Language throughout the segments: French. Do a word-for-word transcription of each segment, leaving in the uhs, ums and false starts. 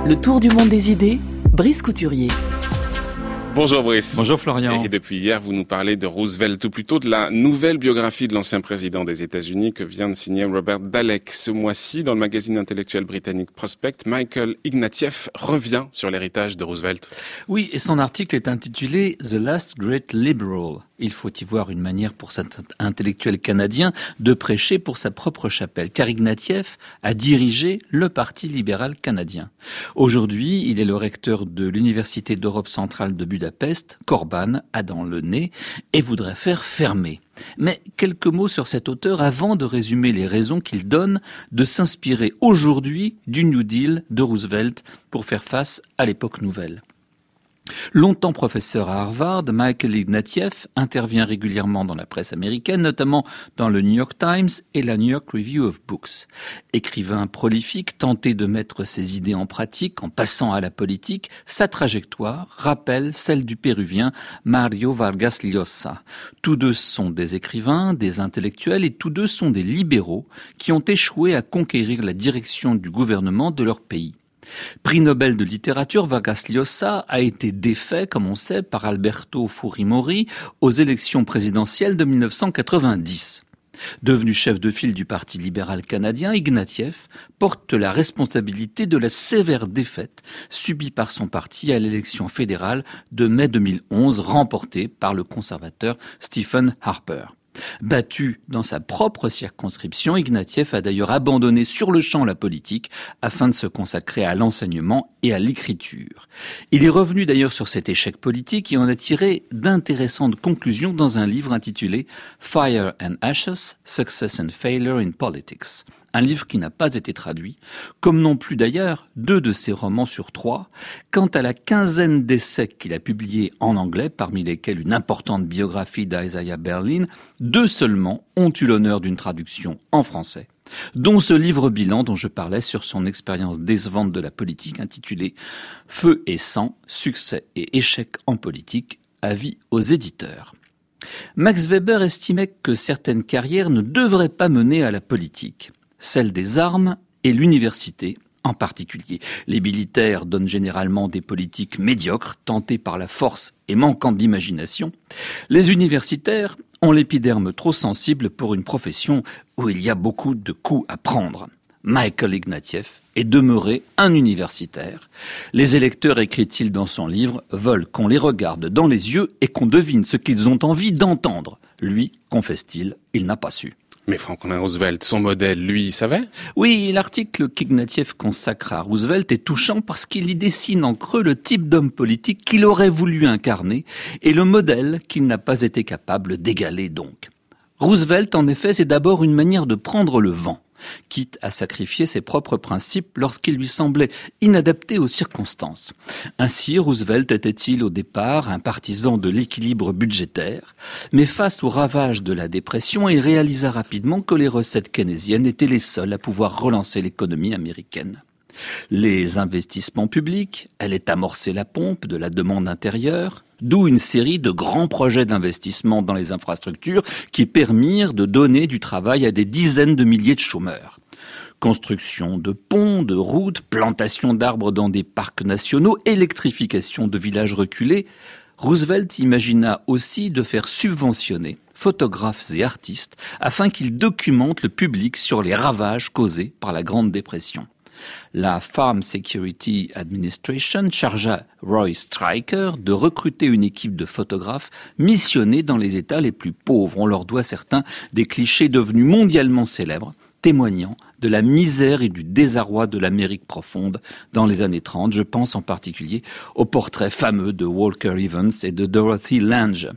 Le tour du monde des idées, Brice Couturier. Bonjour Brice. Bonjour Florian. Et depuis hier, vous nous parlez de Roosevelt, ou plutôt de la nouvelle biographie de l'ancien président des États-Unis que vient de signer Robert Dallek. Ce mois-ci, dans le magazine intellectuel britannique Prospect, Michael Ignatieff revient sur l'héritage de Roosevelt. Oui, et son article est intitulé « The Last Great Liberal ». Il faut y voir une manière pour cet intellectuel canadien de prêcher pour sa propre chapelle, car Ignatieff a dirigé le Parti libéral canadien. Aujourd'hui, il est le recteur de l'Université d'Europe centrale de Budapest. Corban a dans le nez et voudrait faire fermer. Mais quelques mots sur cet auteur avant de résumer les raisons qu'il donne de s'inspirer aujourd'hui du New Deal de Roosevelt pour faire face à l'époque nouvelle. Longtemps professeur à Harvard, Michael Ignatieff intervient régulièrement dans la presse américaine, notamment dans le New York Times et la New York Review of Books. Écrivain prolifique, tenté de mettre ses idées en pratique en passant à la politique, sa trajectoire rappelle celle du Péruvien Mario Vargas Llosa. Tous deux sont des écrivains, des intellectuels et tous deux sont des libéraux qui ont échoué à conquérir la direction du gouvernement de leur pays. Prix Nobel de littérature, Vargas Llosa a été défait, comme on sait, par Alberto Fujimori aux élections présidentielles de dix-neuf cent quatre-vingt-dix. Devenu chef de file du Parti libéral canadien, Ignatieff porte la responsabilité de la sévère défaite subie par son parti à l'élection fédérale de mai deux mille onze, remportée par le conservateur Stephen Harper. Battu dans sa propre circonscription, Ignatieff a d'ailleurs abandonné sur le champ la politique afin de se consacrer à l'enseignement et à l'écriture. Il est revenu d'ailleurs sur cet échec politique et en a tiré d'intéressantes conclusions dans un livre intitulé « Fire and Ashes, Success and Failure in Politics ». Un livre qui n'a pas été traduit, comme non plus d'ailleurs deux de ses romans sur trois. Quant à la quinzaine d'essais qu'il a publiés en anglais, parmi lesquels une importante biographie d'Isaiah Berlin, deux seulement ont eu l'honneur d'une traduction en français, dont ce livre bilan dont je parlais sur son expérience décevante de la politique intitulé « Feu et sang, succès et échec en politique », avis aux éditeurs. Max Weber estimait que certaines carrières ne devraient pas mener à la politique. Celle des armes et l'université en particulier. Les militaires donnent généralement des politiques médiocres, tentées par la force et manquant d'imagination. Les universitaires ont l'épiderme trop sensible pour une profession où il y a beaucoup de coups à prendre. Michael Ignatieff est demeuré un universitaire. Les électeurs, écrit-il dans son livre, veulent qu'on les regarde dans les yeux et qu'on devine ce qu'ils ont envie d'entendre. Lui, confesse-t-il, il n'a pas su. Mais Franklin Roosevelt, son modèle, lui, il savait ? Oui, l'article qu'Ignatieff consacre à Roosevelt est touchant parce qu'il y dessine en creux le type d'homme politique qu'il aurait voulu incarner et le modèle qu'il n'a pas été capable d'égaler donc. Roosevelt, en effet, c'est d'abord une manière de prendre le vent, quitte à sacrifier ses propres principes lorsqu'ils lui semblaient inadaptés aux circonstances. Ainsi, Roosevelt était-il au départ un partisan de l'équilibre budgétaire, mais face aux ravages de la dépression, il réalisa rapidement que les recettes keynésiennes étaient les seules à pouvoir relancer l'économie américaine. Les investissements publics allaient amorcer la pompe de la demande intérieure, d'où une série de grands projets d'investissement dans les infrastructures qui permirent de donner du travail à des dizaines de milliers de chômeurs. Construction de ponts, de routes, plantation d'arbres dans des parcs nationaux, électrification de villages reculés. Roosevelt imagina aussi de faire subventionner photographes et artistes afin qu'ils documentent le public sur les ravages causés par la Grande Dépression. La Farm Security Administration chargea Roy Stryker de recruter une équipe de photographes missionnés dans les États les plus pauvres. On leur doit certains des clichés devenus mondialement célèbres, témoignant de la misère et du désarroi de l'Amérique profonde dans les années trente. Je pense en particulier au portrait fameux de Walker Evans et de Dorothy Lange.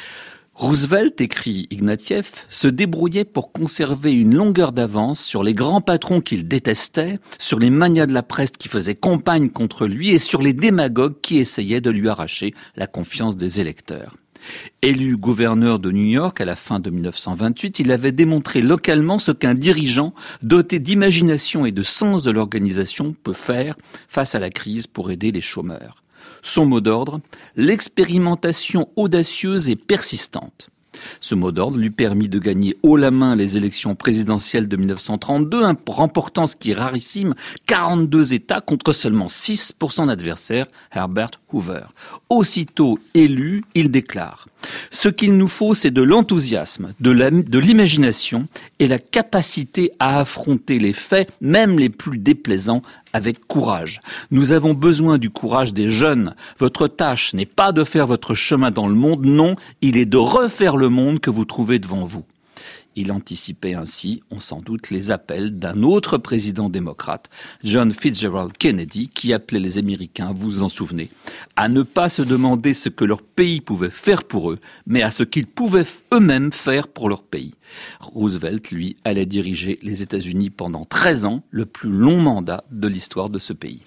Roosevelt, écrit Ignatieff, se débrouillait pour conserver une longueur d'avance sur les grands patrons qu'il détestait, sur les manias de la presse qui faisaient campagne contre lui et sur les démagogues qui essayaient de lui arracher la confiance des électeurs. Élu gouverneur de New York à la fin de dix-neuf cent vingt-huit, il avait démontré localement ce qu'un dirigeant doté d'imagination et de sens de l'organisation peut faire face à la crise pour aider les chômeurs. Son mot d'ordre, l'expérimentation audacieuse et persistante. Ce mot d'ordre lui permit de gagner haut la main les élections présidentielles de mille neuf cent trente-deux, hein, remportant ce qui est rarissime, quarante-deux États contre seulement six pour son adversaire, Herbert Hoover. Aussitôt élu, il déclare « Ce qu'il nous faut, c'est de l'enthousiasme, de, la, de l'imagination et la capacité à affronter les faits, même les plus déplaisants, avec courage. Nous avons besoin du courage des jeunes. Votre tâche n'est pas de faire votre chemin dans le monde, non, il est de refaire le monde que vous trouvez devant vous. » Il anticipait ainsi, on s'en doute, les appels d'un autre président démocrate, John Fitzgerald Kennedy, qui appelait les Américains, vous vous en souvenez, à ne pas se demander ce que leur pays pouvait faire pour eux, mais à ce qu'ils pouvaient eux-mêmes faire pour leur pays. Roosevelt, lui, allait diriger les États-Unis pendant treize ans, le plus long mandat de l'histoire de ce pays.